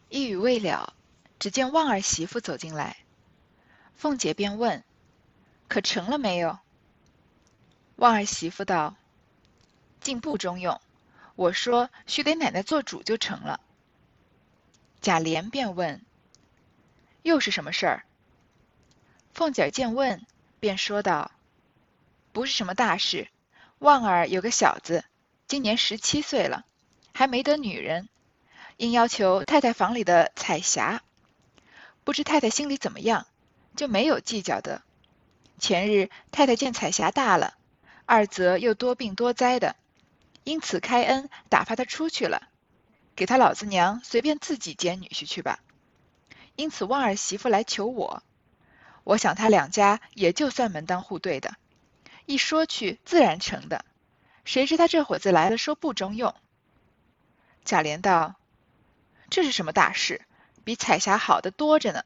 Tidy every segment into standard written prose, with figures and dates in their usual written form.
一语未了，只见旺儿媳妇走进来，凤姐便问：可成了没有？旺儿媳妇道：进不中用，我说须得奶奶做主就成了。贾琏便问：又是什么事儿？凤姐见问，便说道：不是什么大事，旺儿有个小子，今年17岁了，还没得女人，因要求太太房里的彩霞，不知太太心里怎么样，就没有计较的。前日太太见彩霞大了，二则又多病多灾的，因此开恩打发她出去了，给他老子娘随便自己接女婿去吧。因此旺儿媳妇来求我，我想他两家也就算门当户对的，一说去自然成的。谁知他这会子来了，说不中用。贾琏道：这是什么大事？比彩霞好的多着呢。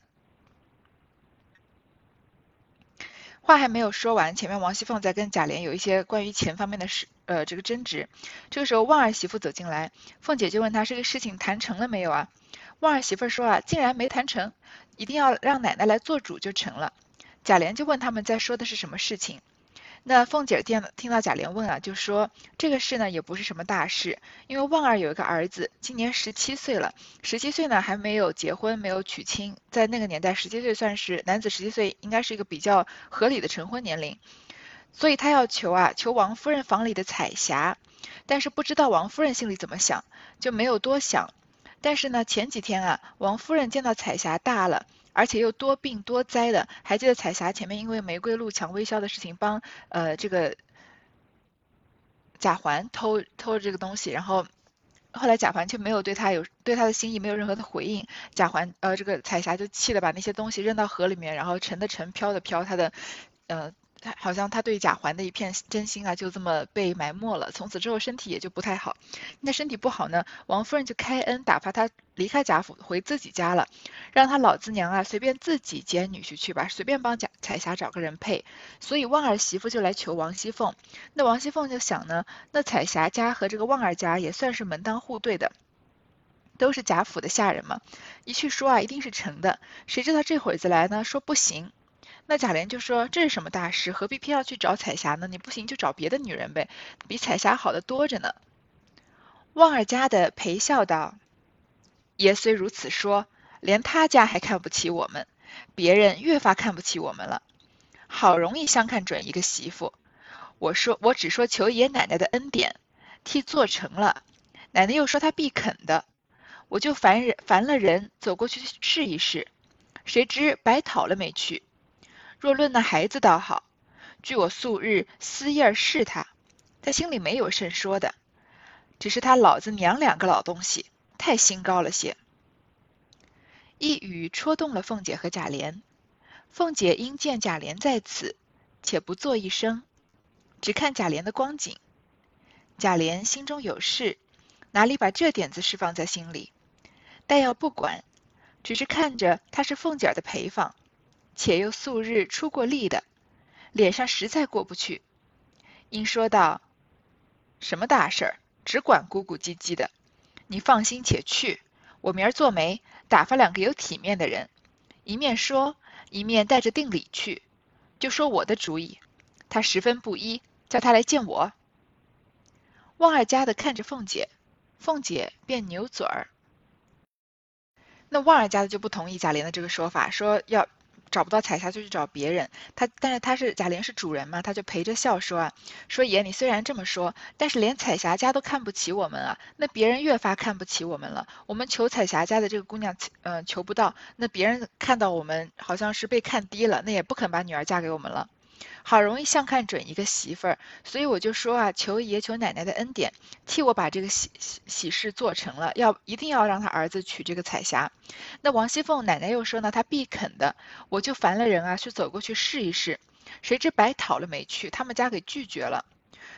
话还没有说完，前面王熙凤在跟贾琏有一些关于钱方面的这个争执。这个时候，旺儿媳妇走进来，凤姐就问她这个事情谈成了没有啊？旺儿媳妇说啊，竟然没谈成，一定要让奶奶来做主就成了。贾琏就问他们在说的是什么事情。那凤姐听到贾琏问啊，就说这个事呢也不是什么大事，因为旺儿有一个儿子，今年17岁了。17岁呢还没有结婚，没有娶亲，在那个年代17岁算是男子17岁应该是一个比较合理的成婚年龄，所以他要求王夫人房里的彩霞，但是不知道王夫人心里怎么想，就没有多想。但是呢，前几天啊，王夫人见到彩霞大了，而且又多病多灾的，还记得彩霞前面因为玫瑰露抢微笑的事情帮这个贾环偷了这个东西，然后后来贾环却没有对他的心意没有任何的回应，这个彩霞就气得把那些东西扔到河里面，然后沉的沉，飘的飘，他好像他对贾环的一片真心啊，就这么被埋没了。从此之后身体也就不太好。那身体不好呢，王夫人就开恩打发他离开贾府，回自己家了，让他老子娘啊随便自己接女婿去吧，随便帮彩霞找个人配。所以旺儿媳妇就来求王熙凤。那王熙凤就想呢，那彩霞家和这个旺儿家也算是门当户对的，都是贾府的下人嘛，一去说啊，一定是成的。谁知道这会子来呢，说不行。那贾琏就说：“这是什么大事？何必偏要去找彩霞呢？你不行就找别的女人呗，比彩霞好的多着呢。”旺儿家的陪笑道：“爷虽如此说，连他家还看不起我们，别人越发看不起我们了。好容易相看准一个媳妇，我只说求爷奶奶的恩典，替做成了。奶奶又说她必肯的，我就烦了人走过去试一试，谁知白讨了没趣。若论那孩子倒好，据我素日私意儿试他心里没有甚说的，只是他老子娘两个老东西太心高了些。”一语戳动了凤姐和贾琏。凤姐因见贾琏在此，且不作一声，只看贾琏的光景。贾琏心中有事，哪里把这点子事放在心里？但要不管，只是看着他是凤姐儿的陪房，且又素日出过力的，脸上实在过不去，因说道：什么大事儿，只管咕咕唧唧的，你放心且去，我明儿做媒，打发两个有体面的人，一面说，一面带着定礼去，就说我的主意，他十分不依，叫他来见我。旺儿家的看着凤姐，凤姐便扭嘴儿。那旺儿家的就不同意贾琏的这个说法，说要找不到彩霞就去找别人。但是贾琏是主人嘛，他就陪着笑说啊，说爷你虽然这么说，但是连彩霞家都看不起我们啊，那别人越发看不起我们了。我们求彩霞家的这个姑娘，求不到，那别人看到我们好像是被看低了，那也不肯把女儿嫁给我们了。好容易相看准一个媳妇儿，所以我就说啊，求爷求奶奶的恩典，替我把这个喜事做成了，一定要让他儿子娶这个彩霞。那王熙凤奶奶又说呢，她必肯的，我就烦了人啊，去走过去试一试，谁知白讨了没趣，他们家给拒绝了。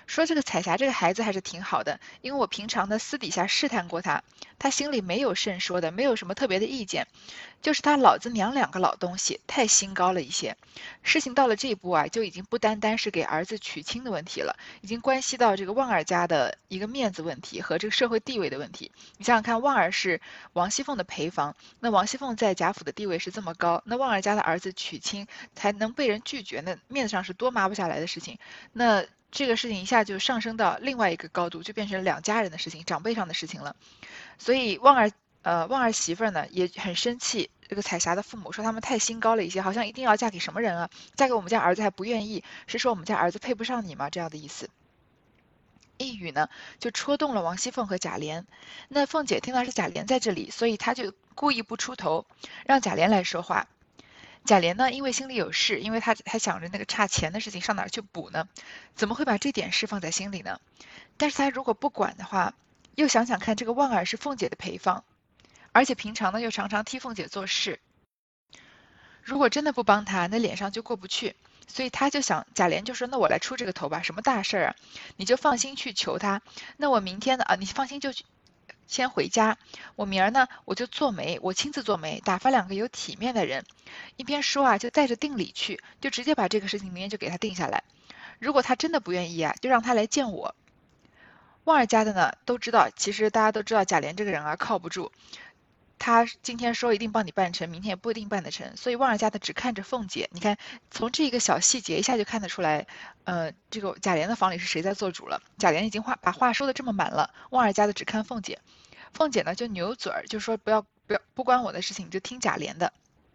说这个彩霞这个孩子还是挺好的，因为我平常呢私底下试探过他，他心里没有甚说的，没有什么特别的意见，就是他老子娘两个老东西太心高了一些。事情到了这一步啊，就已经不单单是给儿子娶亲的问题了，已经关系到这个旺儿家的一个面子问题和这个社会地位的问题。你想想看，旺儿是王熙凤的陪房，那王熙凤在贾府的地位是这么高，那旺儿家的儿子娶亲才能被人拒绝，那面子上是多抹不下来的事情。那这个事情一下就上升到另外一个高度，就变成两家人的事情，长辈上的事情了。所以旺儿媳妇儿呢也很生气，这个彩霞的父母说他们太心高了一些，好像一定要嫁给什么人啊？嫁给我们家儿子还不愿意，是说我们家儿子配不上你吗？这样的意思。一语呢就戳动了王熙凤和贾琏。那凤姐听到是贾琏在这里，所以她就故意不出头，让贾琏来说话。贾琏呢，因为心里有事，因为他还想着那个差钱的事情上哪儿去补呢？怎么会把这点事放在心里呢？但是他如果不管的话，又想想看，这个旺儿是凤姐的陪房，而且平常呢又常常替凤姐做事，如果真的不帮他，那脸上就过不去。所以他就想，贾琏就说：“那我来出这个头吧，什么大事儿啊？你就放心去求他。那我明天呢你放心就去先回家。我明儿呢，我就做媒，我亲自做媒，打发两个有体面的人。一边说啊，就带着定礼去，就直接把这个事情明天就给他定下来。如果他真的不愿意啊，就让他来见我。”旺儿家的呢都知道，其实大家都知道贾琏这个人啊靠不住。他今天说一定帮你办成，明天也不一定办得成，所以旺儿家的只看着凤姐。你看，从这个小细节一下就看得出来，这个贾琏的房里是谁在做主了。贾琏已经把话说的这么满了，旺儿家的只看凤姐。凤姐呢就扭嘴儿，就说不关我的事情，你就听贾琏的。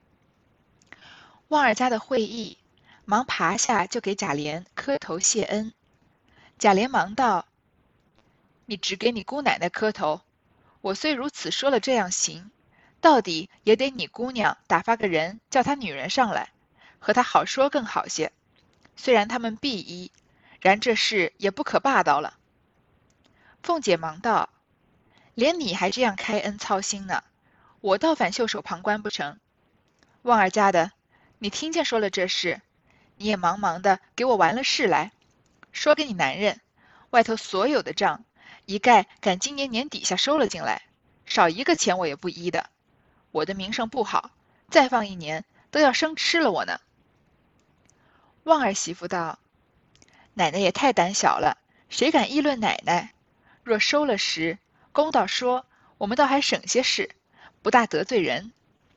旺儿家的会意，忙爬下就给贾琏磕头谢恩。贾琏忙道：“你只给你姑奶奶磕头，我虽如此说了这样行。到底也得你姑娘打发个人叫她女人上来，和她好说更好些。虽然他们必依，然这事也不可霸道了。”凤姐忙道：“连你还这样开恩操心呢，我倒反袖手旁观不成？旺儿家的，你听见说了这事，你也忙忙的给我完了事来，说给你男人，外头所有的账，一概赶今年年底下收了进来，少一个钱我也不依的。我的名声不好，再放一年都要生吃了我呢。”旺儿媳妇道：“奶奶也太胆小了，谁敢议论奶奶？若收了时，公道说，我们倒还省些事，不大得罪人。”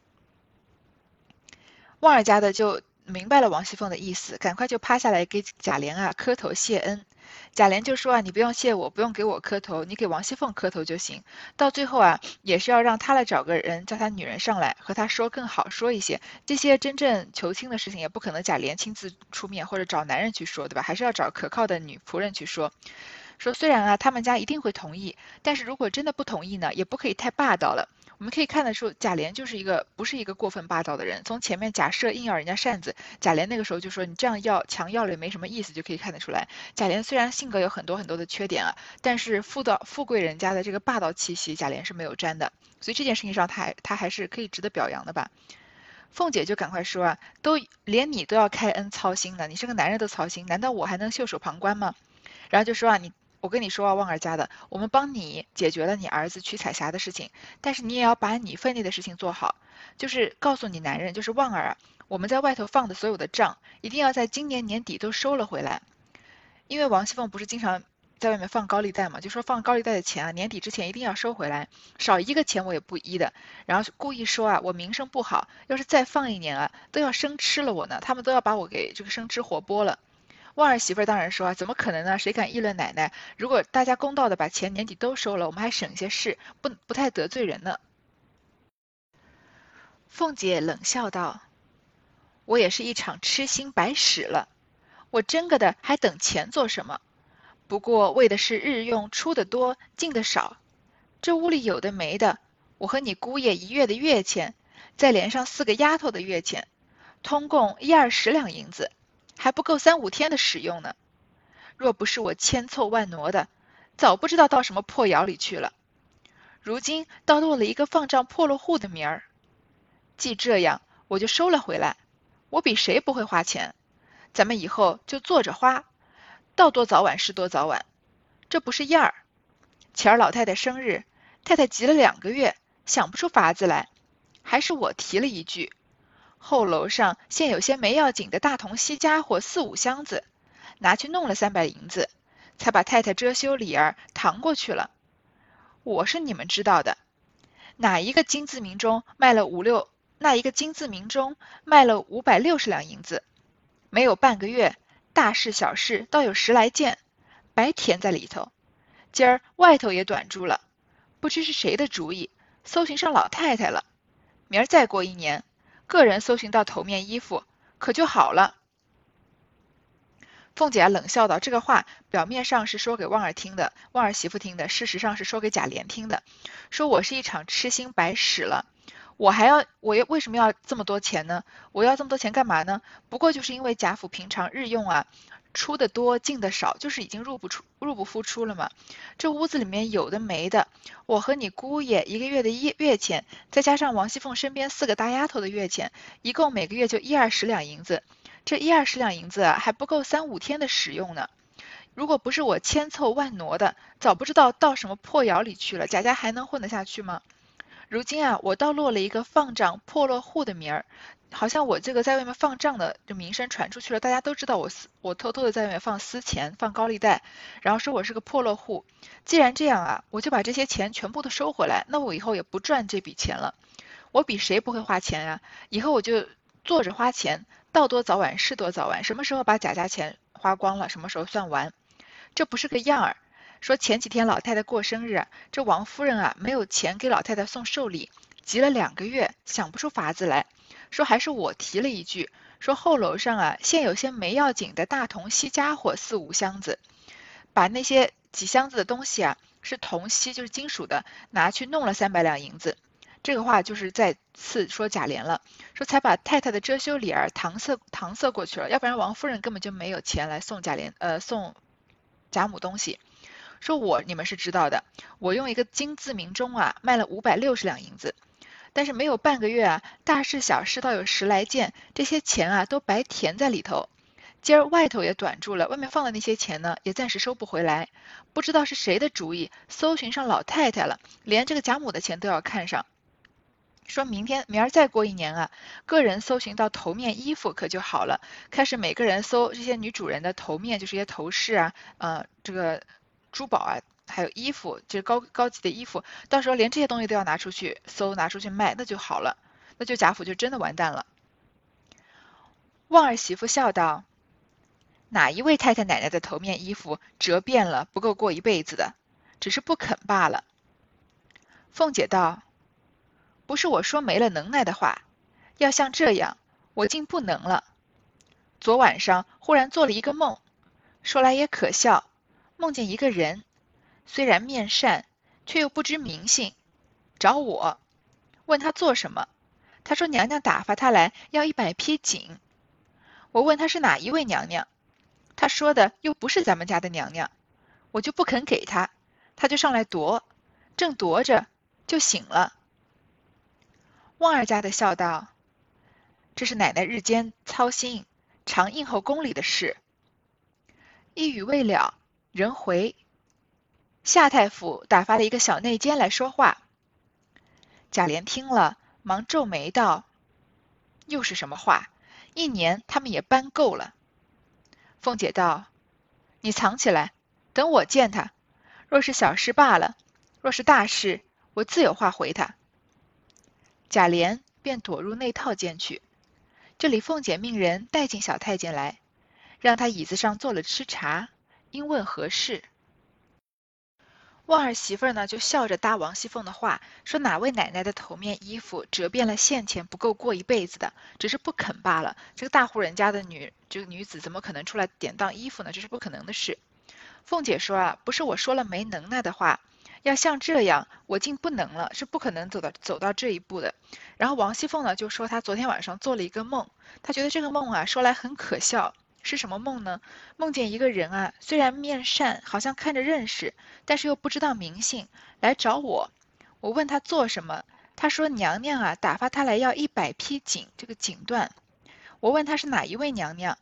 旺儿家的就明白了王熙凤的意思，赶快就趴下来给贾琏啊磕头谢恩。贾琏就说啊，你不用谢我，不用给我磕头，你给王熙凤磕头就行。到最后啊，也是要让他来找个人，叫他女人上来和他说更好说一些。这些真正求亲的事情，也不可能贾琏亲自出面或者找男人去说，对吧？还是要找可靠的女仆人去说。说虽然啊，他们家一定会同意，但是如果真的不同意呢，也不可以太霸道了。我们可以看得出，贾琏就是不是一个过分霸道的人。从前面假设硬要人家扇子，贾琏那个时候就说你这样强要了也没什么意思，就可以看得出来，贾琏虽然性格有很多很多的缺点啊，但是富贵人家的这个霸道气息，贾琏是没有沾的。所以这件事情上他还是可以值得表扬的吧。凤姐就赶快说啊，连你都要开恩操心呢，你是个男人都操心，难道我还能袖手旁观吗？然后就说啊，我跟你说啊，旺儿家的，我们帮你解决了你儿子娶彩霞的事情，但是你也要把你分内的事情做好，就是告诉你男人，就是旺儿啊，我们在外头放的所有的账，一定要在今年年底都收了回来。因为王熙凤不是经常在外面放高利贷嘛，就说放高利贷的钱啊，年底之前一定要收回来，少一个钱我也不依的。然后故意说啊，我名声不好，要是再放一年啊，都要生吃了我呢，他们都要把我给这个生吃活剥了。旺儿媳妇当然说啊，怎么可能呢？谁敢议论奶奶？如果大家公道的把钱年底都收了，我们还省些事，不太得罪人呢。凤姐冷笑道：“我也是一场痴心白使了，我真个的还等钱做什么？不过为的是日用出的多，进的少。这屋里有的没的，我和你姑爷一月的月钱，再连上4个丫头的月钱，通共10-20两银子，还不够3-5天的使用呢。若不是我千凑万挪的，早不知道到什么破窑里去了。如今倒落了一个放账破落户的名儿。既这样，我就收了回来。我比谁不会花钱，咱们以后就坐着花， 到多早晚是多早晚，这不是样儿。前儿老太太生日，太太急了2个月，想不出法子来，还是我提了一句。后楼上现有些没要紧的大铜锡家伙4、5箱子，拿去弄了300银子，才把太太遮羞礼儿搪过去了。我是你们知道的，哪一个金字铭中卖了560两银子，没有半个月，大事小事倒有10来件，白填在里头。今儿外头也短住了，不知是谁的主意，搜寻上老太太了。明儿再过1年，个人搜寻到头面衣服，可就好了。凤姐冷笑道：“这个话表面上是说给旺儿媳妇听的，事实上是说给贾琏听的。说我是一场痴心白使了，我为什么要这么多钱呢？我要这么多钱干嘛呢？不过就是因为贾府平常日用啊，出的多进的少，就是已经入不敷出了嘛。这屋子里面有的没的，我和你姑爷1个月的月钱，再加上王熙凤身边4个大丫头的月钱，一共每个月就10-20两银子。这10-20两银子啊，还不够3-5天的使用呢。如果不是我千凑万挪的，早不知道到什么破窑里去了，贾家还能混得下去吗？如今啊，我倒落了一个放账破落户的名儿，好像我这个在外面放账的这名声传出去了，大家都知道我偷偷的在外面放私钱，放高利贷，然后说我是个破落户。既然这样啊，我就把这些钱全部都收回来，那我以后也不赚这笔钱了。我比谁不会花钱啊？以后我就坐着花钱，到多早晚是多早晚，什么时候把贾家钱花光了，什么时候算完。这不是个样儿。说前几天老太太过生日啊，这王夫人啊没有钱给老太太送寿礼，急了2个月，想不出法子来。说还是我提了一句，说后楼上啊现有些没要紧的大铜锡家伙4-5箱子，把那些几箱子的东西啊是铜锡，就是金属的，拿去弄了300两银子。这个话就是再次说贾琏了，说才把太太的遮羞礼儿搪塞过去了，要不然王夫人根本就没有钱来送送贾母东西。说你们是知道的，我用一个金字铭钟啊卖了560两银子，但是没有半个月啊，大事小事倒有10来件，这些钱啊都白填在里头。今儿外头也短住了，外面放的那些钱呢也暂时收不回来，不知道是谁的主意，搜寻上老太太了，连这个贾母的钱都要看上。说明儿再过1年啊，个人搜寻到头面衣服可就好了，开始每个人搜这些女主人的头面，就是一些头饰啊，这个珠宝啊，还有衣服，就是高级的衣服，到时候连这些东西都要拿出去搜，拿出去卖，那就好了，那就贾府就真的完蛋了。旺儿媳妇笑道：“哪一位太太奶奶的头面衣服折变了，不够过一辈子的，只是不肯罢了。”凤姐道：“不是我说没了能耐的话，要像这样，我竟不能了。昨晚上忽然做了一个梦，说来也可笑，梦见一个人，虽然面善，却又不知名姓，找我，问他做什么。他说娘娘打发他来要100匹锦。我问他是哪一位娘娘，他说的又不是咱们家的娘娘，我就不肯给他，他就上来夺，正夺着就醒了。”旺儿家的笑道：“这是奶奶日间操心，常应候宫里的事。”一语未了，人回，夏太傅打发了一个小内监来说话。贾琏听了，忙皱眉道：“又是什么话？1年他们也搬够了。”凤姐道：“你藏起来，等我见他。若是小事罢了，若是大事，我自有话回他。”贾琏便躲入内套间去。这里凤姐命人带进小太监来，让他椅子上坐了吃茶，因问何事。旺儿媳妇呢就笑着搭王熙凤的话，说哪位奶奶的头面衣服折变了现钱，不够过一辈子的，只是不肯罢了。这个大户人家的这个女子怎么可能出来典当衣服呢？这是不可能的事。凤姐说啊，不是我说了没能耐的话，要像这样，我竟不能了，是不可能走到这一步的。然后王熙凤呢就说她昨天晚上做了一个梦，她觉得这个梦啊说来很可笑。是什么梦呢？梦见一个人啊，虽然面善，好像看着认识，但是又不知道名姓，来找我。我问他做什么，他说娘娘啊打发他来要100匹锦，这个锦缎。我问他是哪一位娘娘，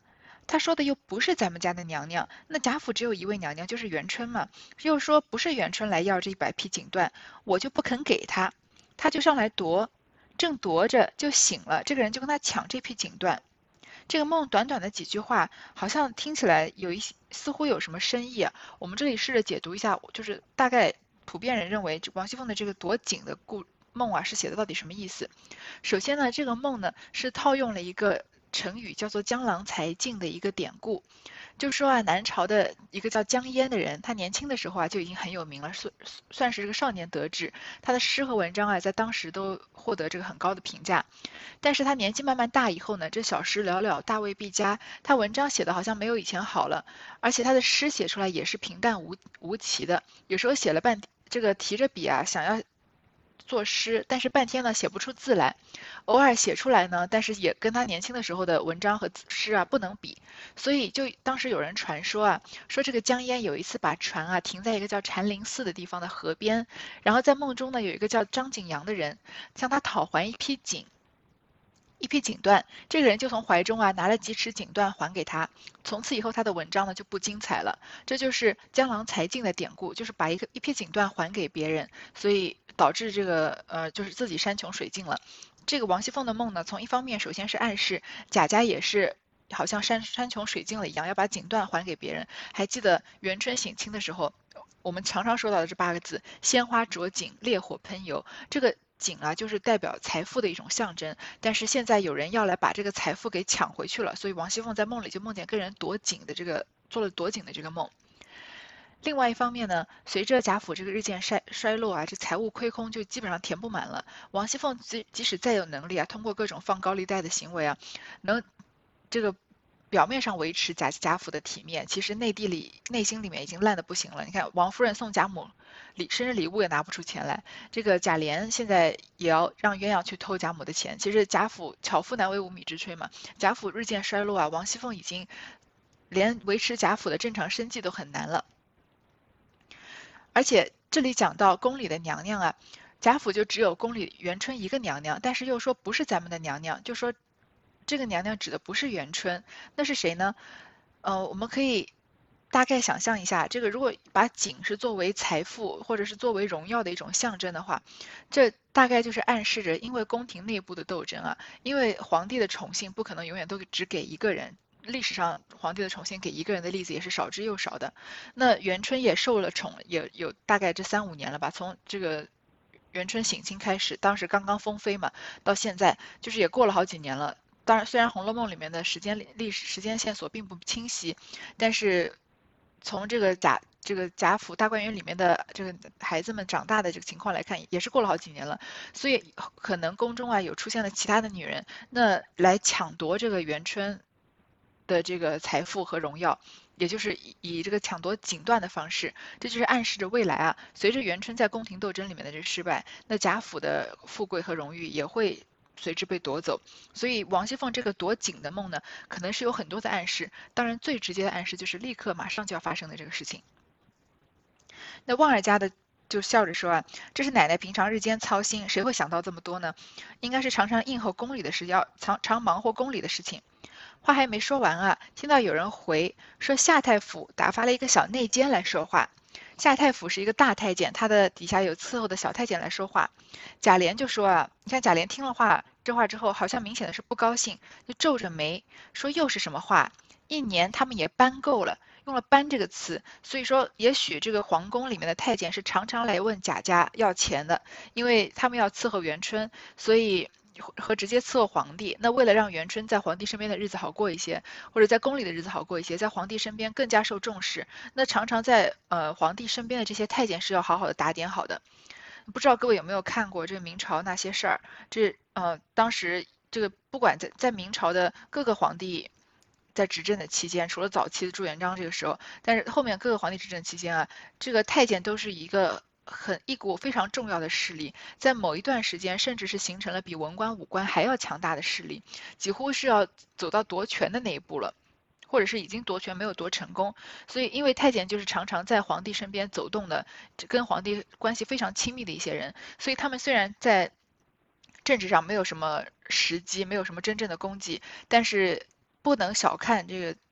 他说的又不是咱们家的娘娘，那贾府只有一位娘娘，就是元春嘛。又说不是元春来要这100匹锦缎，我就不肯给他，他就上来夺，正夺着就醒了，这个人就跟他抢这匹锦缎。这个梦短短的几句话，好像听起来似乎有什么深意啊。我们这里试着解读一下，就是大概普遍人认为王熙凤的这个夺锦的梦啊，是写的到底什么意思？首先呢，这个梦呢是套用了一个成语叫做江郎才尽的一个典故。就说啊，南朝的一个叫江淹的人，他年轻的时候啊就已经很有名了，算是这个少年得志。他的诗和文章啊，在当时都获得这个很高的评价。但是他年纪慢慢大以后呢，这小时了了，大未必佳。他文章写的好像没有以前好了，而且他的诗写出来也是平淡无奇的。有时候写了这个提着笔啊，想要作诗，但是半天呢写不出字来，偶尔写出来呢，但是也跟他年轻的时候的文章和诗啊不能比，所以就当时有人传说啊，说这个江淹有一次把船啊停在一个叫禅林寺的地方的河边，然后在梦中呢有一个叫张景阳的人向他讨还一批锦缎，这个人就从怀中啊拿了几尺锦缎还给他。从此以后，他的文章呢就不精彩了。这就是江郎才尽的典故，就是把一批锦缎还给别人，所以导致这个就是自己山穷水尽了。这个王熙凤的梦呢，从一方面首先是暗示贾家也是好像山穷水尽了一样，要把锦缎还给别人。还记得元春省亲的时候，我们常常说到的这8个字：鲜花着锦，烈火喷油。这个锦啊，就是代表财富的一种象征。但是现在有人要来把这个财富给抢回去了，所以王熙凤在梦里就梦见跟人夺锦的做了夺锦的这个梦。另外一方面呢，随着贾府这个日渐衰落啊，这财务亏空就基本上填不满了。王熙凤即使再有能力啊，通过各种放高利贷的行为啊，能这个表面上维持贾府的体面，其实内心里面已经烂得不行了。你看王夫人送贾母生日礼物也拿不出钱来，这个贾琏现在也要让鸳鸯去偷贾母的钱。其实贾府巧妇难为无米之炊嘛，贾府日渐衰落啊，王熙凤已经连维持贾府的正常生计都很难了。而且这里讲到宫里的娘娘啊，贾府就只有宫里元春一个娘娘，但是又说不是咱们的娘娘，就说这个娘娘指的不是元春，那是谁呢？我们可以大概想象一下，这个如果把锦是作为财富或者是作为荣耀的一种象征的话，这大概就是暗示着，因为宫廷内部的斗争啊，因为皇帝的宠幸不可能永远都只给一个人。历史上皇帝的宠幸给一个人的例子也是少之又少的。那元春也受了宠，也有大概这3、5年了吧，从这个元春省亲开始，当时刚刚封妃嘛，到现在就是也过了好几年了。当然，虽然《红楼梦》里面的历史时间线索并不清晰，但是从这个贾府大观园里面的这个孩子们长大的这个情况来看，也是过了好几年了，所以可能宫中啊有出现了其他的女人，那来抢夺这个元春的这个财富和荣耀，也就是以这个抢夺锦缎的方式，这就是暗示着未来啊，随着元春在宫廷斗争里面的这个失败，那贾府的富贵和荣誉也会随之被夺走。所以王熙凤这个夺锦的梦呢，可能是有很多的暗示，当然最直接的暗示就是立刻马上就要发生的这个事情。那旺儿家的就笑着说啊，这是奶奶平常日间操心，谁会想到这么多呢？应该是常常应候宫里的事，要常忙活宫里的事情。话还没说完啊，听到有人回说夏太府打发了一个小内监来说话。夏太府是一个大太监，他的底下有伺候的小太监来说话。贾琏就说啊，你看贾琏听了这话之后，好像明显的是不高兴，就皱着眉说又是什么话？1年他们也搬够了，用了搬这个词，所以说也许这个皇宫里面的太监是常常来问贾家要钱的，因为他们要伺候元春，所以和直接伺候皇帝。那为了让元春在皇帝身边的日子好过一些，或者在宫里的日子好过一些，在皇帝身边更加受重视，那常常在皇帝身边的这些太监是要好好的打点好的。不知道各位有没有看过这个明朝那些事儿？当时这个不管在明朝的各个皇帝在执政的期间，除了早期的朱元璋这个时候，但是后面各个皇帝执政期间啊，这个太监都是一股非常重要的势力，在某一段时间，甚至是形成了比文官武官还要强大的势力，几乎是要走到夺权的那一步了。或者是已经夺权没有夺成功，所以因为太监就是常常在皇帝身边走动的，跟皇帝关系非常亲密的一些人，所以他们虽然在政治上没有什么时机，没有什么真正的功绩，但是不能小看这个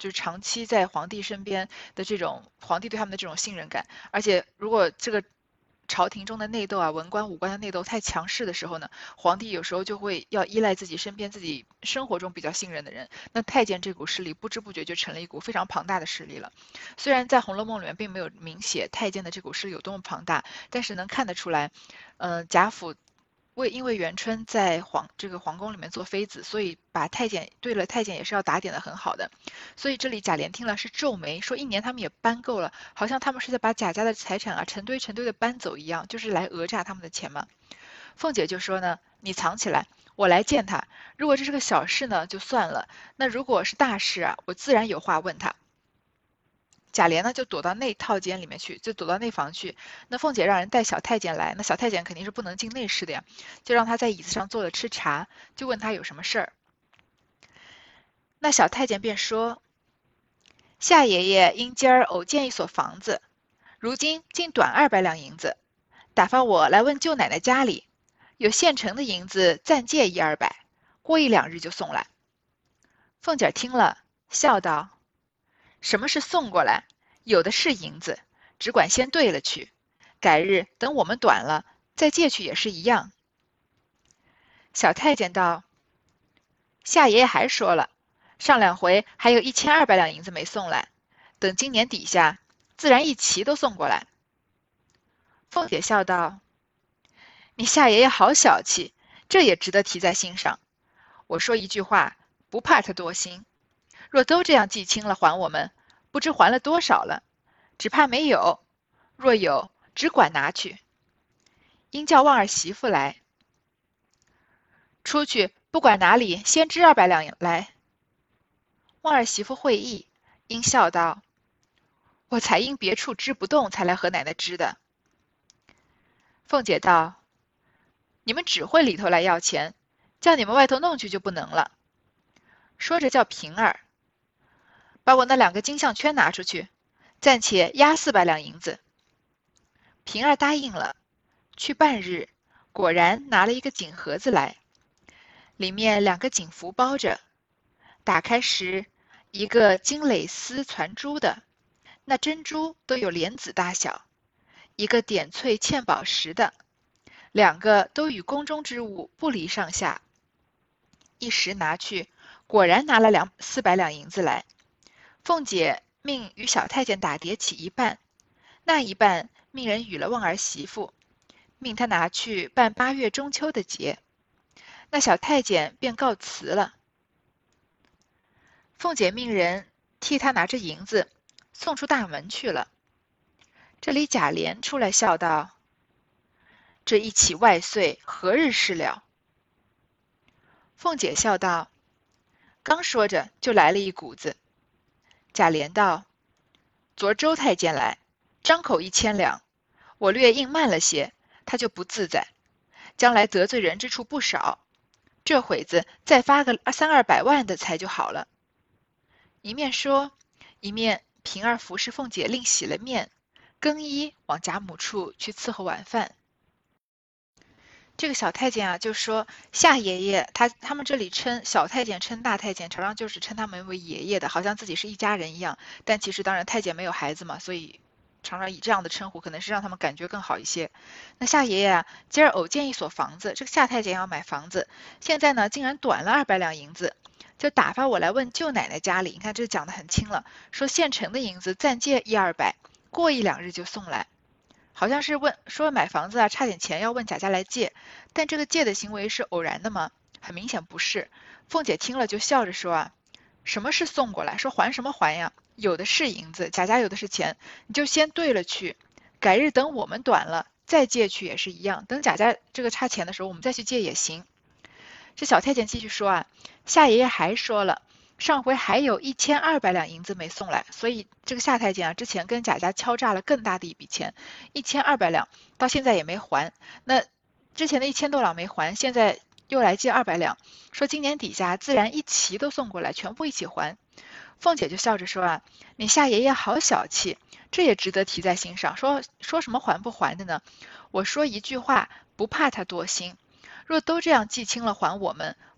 就是长期在皇帝身边的这种皇帝对他们的这种信任感。而且如果这个朝廷中的内斗啊，文官武官的内斗太强势的时候呢，皇帝有时候就会要依赖自己身边自己生活中比较信任的人。那太监这股势力不知不觉就成了一股非常庞大的势力了。虽然在《红楼梦》里面并没有明写太监的这股势力有多么庞大，但是能看得出来，贾府因为元春在这个皇宫里面做妃子，所以把太监对了太监也是要打点的很好的。所以这里贾琏听了是皱眉，说一年他们也搬够了，好像他们是在把贾家的财产啊成堆成堆的搬走一样，就是来讹诈他们的钱嘛。凤姐就说呢，你藏起来，我来见他。如果这是个小事呢，就算了；那如果是大事啊，我自然有话问他。贾琏呢就躲到内套间里面去，就躲到内房去。那凤姐让人带小太监来，那小太监肯定是不能进内室的呀，就让他在椅子上坐着吃茶，就问他有什么事儿。那小太监便说：夏爷爷因今儿偶见一所房子，如今竟短200两银子，打发我来问舅奶奶家里，有现成的银子暂借100-200，过1、2日就送来。凤姐听了，笑道：什么是送过来？有的是银子，只管先兑了去，改日等我们短了，再借去也是一样。小太监道：夏爷爷还说了，上2回还有1200两银子没送来，等今年底下，自然一齐都送过来。凤姐笑道：你夏爷爷好小气，这也值得提在心上。我说一句话，不怕他多心，若都这样记清了还我们，不知还了多少了，只怕没有，若有，只管拿去。应叫旺儿媳妇来，出去不管哪里，先支200两来。旺儿媳妇会意，应笑道：我才因别处支不动，才来和奶奶支的。凤姐道：你们只会里头来要钱，叫你们外头弄去就不能了。说着叫平儿把我那2个金项圈拿出去，暂且押400两银子。平儿答应了，去半日，果然拿了一个锦盒子来，里面2个锦服包着，打开时，一个金蕾丝攒珠的，那珍珠都有莲子大小；一个点翠嵌宝石的，2个都与宫中之物不离上下。一时拿去，果然拿了400两银子来。凤姐命与小太监打叠起一半，那一半命人与了旺儿媳妇，命他拿去办8月中秋的节。那小太监便告辞了。凤姐命人替他拿着银子送出大门去了。这里贾琏出来笑道：这一起外岁何日事了？凤姐笑道：刚说着就来了一股子。贾琏道：昨周太监来，张口1000两，我略应慢了些，他就不自在，将来得罪人之处不少，这会子再发个300-200万的才就好了。一面说，一面平儿服侍凤姐另洗了面，更衣往贾母处去伺候晚饭。这个小太监啊，就说夏爷爷，他们这里称小太监称大太监，常常就是称他们为爷爷的，好像自己是一家人一样。但其实当然太监没有孩子嘛，所以常常以这样的称呼，可能是让他们感觉更好一些。那夏爷爷啊，今儿偶见一所房子，这个夏太监要买房子，现在呢竟然短了200两银子，就打发我来问舅奶奶家里。你看这讲得很清了，说现成的银子暂借100-200，过1、2日就送来。好像是说买房子啊，差点钱要问贾家来借，但这个借的行为是偶然的吗？很明显不是。凤姐听了就笑着说啊，什么是送过来？说还什么还呀？有的是银子，贾家有的是钱，你就先兑了去，改日等我们短了再借去也是一样，等贾家这个差钱的时候我们再去借也行。这小太监继续说啊，夏爷爷还说了，上回还有1200两银子没送来，所以这个夏太监啊，之前跟贾家敲诈了更大的一笔钱，1200两到现在也没还。那之前的1000多两没还，现在又来借200两，说今年底下自然一齐都送过来，全部一起还。凤姐就笑着说啊，你夏爷爷好小气，这也值得提在心上。说什么还不还的呢？我说一句话，不怕他多心。若都这样记清了还我们，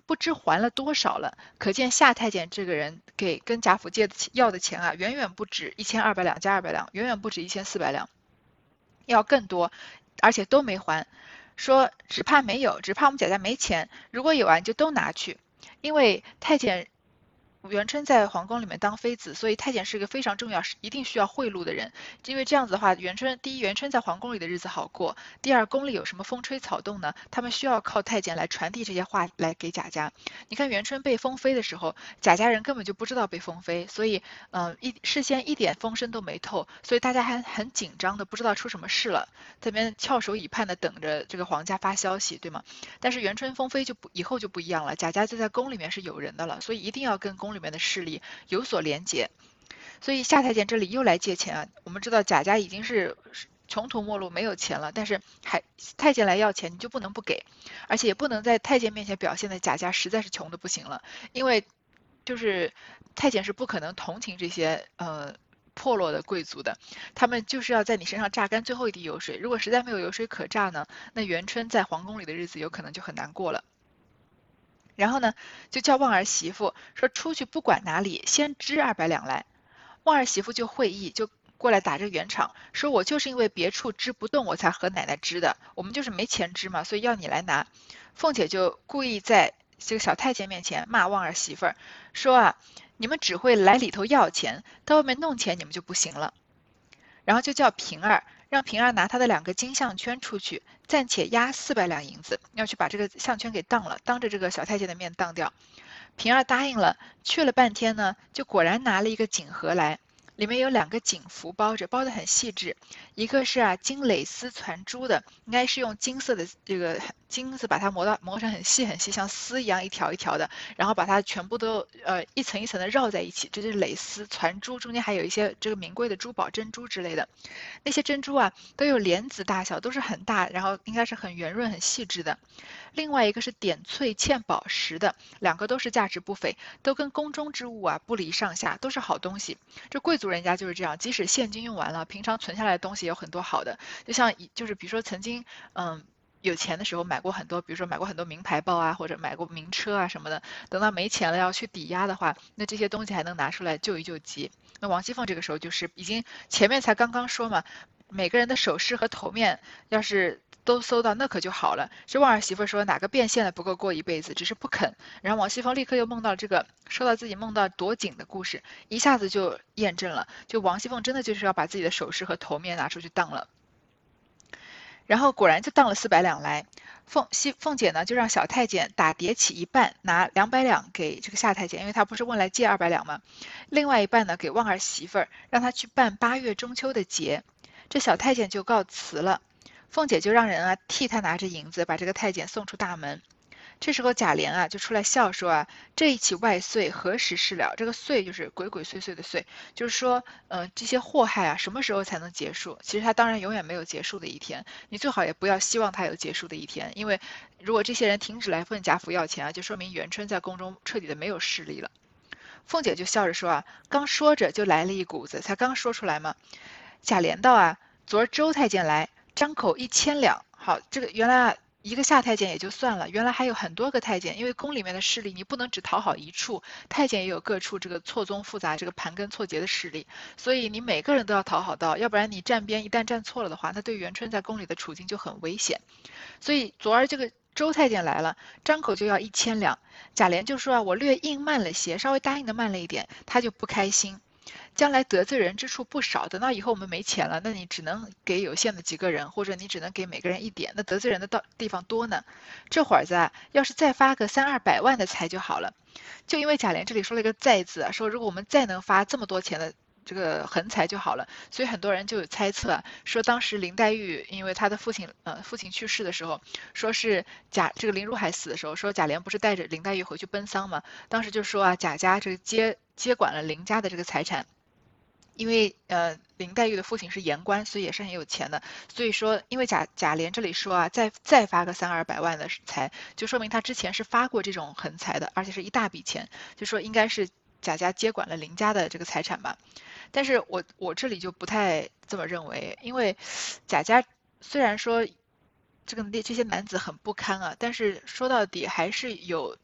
不知还了多少了。可见夏太监这个人跟贾府要的钱啊，远远不止1200两加200两，远远不止1400两，要更多，而且都没还。说只怕没有，只怕我们贾家没钱，如果有啊，你就都拿去。因为太监元春在皇宫里面当妃子，所以太监是一个非常重要、一定需要贿赂的人。因为这样子的话，第一，元春在皇宫里的日子好过；第二，宫里有什么风吹草动呢？他们需要靠太监来传递这些话来给贾家。你看元春被封妃的时候，贾家人根本就不知道被封妃，所以事先一点风声都没透，所以大家还很紧张的，不知道出什么事了，这边翘首以盼的等着这个皇家发消息，对吗？但是元春封妃以后就不一样了，贾家就在宫里面是有人的了，所以一定要跟宫里面的势力有所连结。所以夏太监这里又来借钱啊，我们知道贾家已经是穷途末路，没有钱了，但是太监来要钱，你就不能不给，而且也不能在太监面前表现的贾家实在是穷的不行了，因为就是太监是不可能同情这些破落的贵族的，他们就是要在你身上榨干最后一滴油水。如果实在没有油水可榨呢，那元春在皇宫里的日子有可能就很难过了。然后呢，就叫旺儿媳妇说出去不管哪里，先支200两来。旺儿媳妇就会意，就过来打这个圆场，说我就是因为别处支不动，我才和奶奶支的，我们就是没钱支嘛，所以要你来拿。凤姐就故意在这个小太监面前骂旺儿媳妇儿，说啊，你们只会来里头要钱，到外面弄钱你们就不行了。然后就叫平儿，让平儿拿她的2个金项圈出去，暂且押400两银子，要去把这个项圈给当了，当着这个小太监的面当掉。平儿答应了，去了半天呢，就果然拿了一个锦盒来，里面有2个锦服包着，包得很细致。一个是金蕾丝攒珠的，应该是用金色的这个金子把它磨成很细很细，像丝一样一条一条的，然后把它全部都一层一层的绕在一起，这就是蕾丝攒珠，中间还有一些这个名贵的珠宝珍珠之类的。那些珍珠啊都有莲子大小，都是很大，然后应该是很圆润很细致的。另外一个是点翠嵌宝石的，2个都是价值不菲，都跟宫中之物啊不离上下，都是好东西。这贵族人家就是这样，即使现金用完了，平常存下来的东西有很多好的。就像就是比如说曾经有钱的时候买过很多，比如说买过很多名牌包啊，或者买过名车啊什么的。等到没钱了要去抵押的话，那这些东西还能拿出来救一救急。那王熙凤这个时候就是已经前面才刚刚说嘛，每个人的首饰和头面要是都搜到，那可就好了。这旺儿媳妇说哪个变现了不够过一辈子，只是不肯。然后王熙凤立刻又梦到这个，说到自己梦到夺锦的故事，一下子就验证了，就王熙凤真的就是要把自己的首饰和头面拿出去当了。然后果然就当了400两来，凤姐呢就让小太监打叠起一半，拿200两给这个夏太监，因为他不是问来借200两吗？另外一半呢给旺儿媳妇儿，让他去办8月中秋的节。这小太监就告辞了，凤姐就让人啊替他拿着银子把这个太监送出大门。这时候贾琏啊就出来笑说啊，这一起外岁何时是了？这个岁就是鬼鬼祟祟的祟，就是说，这些祸害啊什么时候才能结束？其实他当然永远没有结束的一天，你最好也不要希望他有结束的一天，因为如果这些人停止来问贾府要钱啊，就说明元春在宫中彻底的没有势力了。凤姐就笑着说啊，刚说着就来了一股子，才刚说出来嘛。贾琏道啊，昨儿周太监来，张口1000两。好，这个原来啊，一个夏太监也就算了，原来还有很多个太监，因为宫里面的势力，你不能只讨好一处，太监也有各处这个错综复杂、这个盘根错节的势力，所以你每个人都要讨好到，要不然你站边一旦站错了的话，那对元春在宫里的处境就很危险。所以昨儿这个周太监来了，张口就要1000两，贾琏就说啊，我略应慢了些，稍微答应的慢了一点，他就不开心。将来得罪人之处不少，等到以后我们没钱了，那你只能给有限的几个人，或者你只能给每个人一点，那得罪人的地方多呢。这会儿子啊，要是再发个300-200万的财就好了。就因为贾琏这里说了一个再字啊，说如果我们再能发这么多钱的这个横财就好了，所以很多人就有猜测啊，说当时林黛玉因为她的父亲去世的时候，说是这个林如海死的时候，说贾琏不是带着林黛玉回去奔丧吗？当时就说啊，贾家这个接管了林家的这个财产。因为林黛玉的父亲是言官，所以也是很有钱的。所以说，因为贾琏这里说啊，再发个300-200万的财，就说明他之前是发过这种横财的，而且是一大笔钱，就说应该是贾家接管了林家的这个财产吧。但是我这里就不太这么认为，因为贾家虽然说这些男子很不堪啊，但是说到底还是有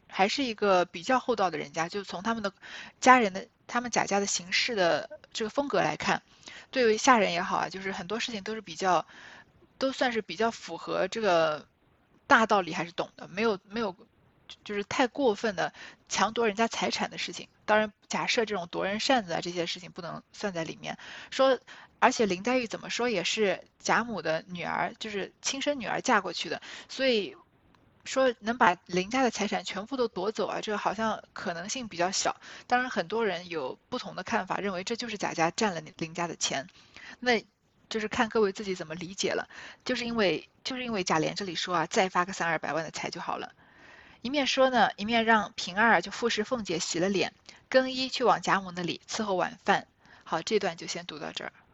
还是一个比较厚道的人家，就从他们的家人的他们贾家的行事的这个风格来看，对于下人也好啊，就是很多事情都是比较，都算是比较符合这个大道理还是懂的，没有就是太过分的强夺人家财产的事情。当然，假设这种夺人扇子啊这些事情不能算在里面。说，而且林黛玉怎么说也是贾母的女儿，就是亲生女儿嫁过去的，所以说能把林家的财产全部都夺走啊，这个好像可能性比较小。当然，很多人有不同的看法，认为这就是贾家占了林家的钱，那就是看各位自己怎么理解了。就是因为贾琏这里说啊，再发个300-200万的财就好了。一面说呢，一面让平儿就服侍凤姐洗了脸，更衣去往贾母那里伺候晚饭。好，这段就先读到这儿。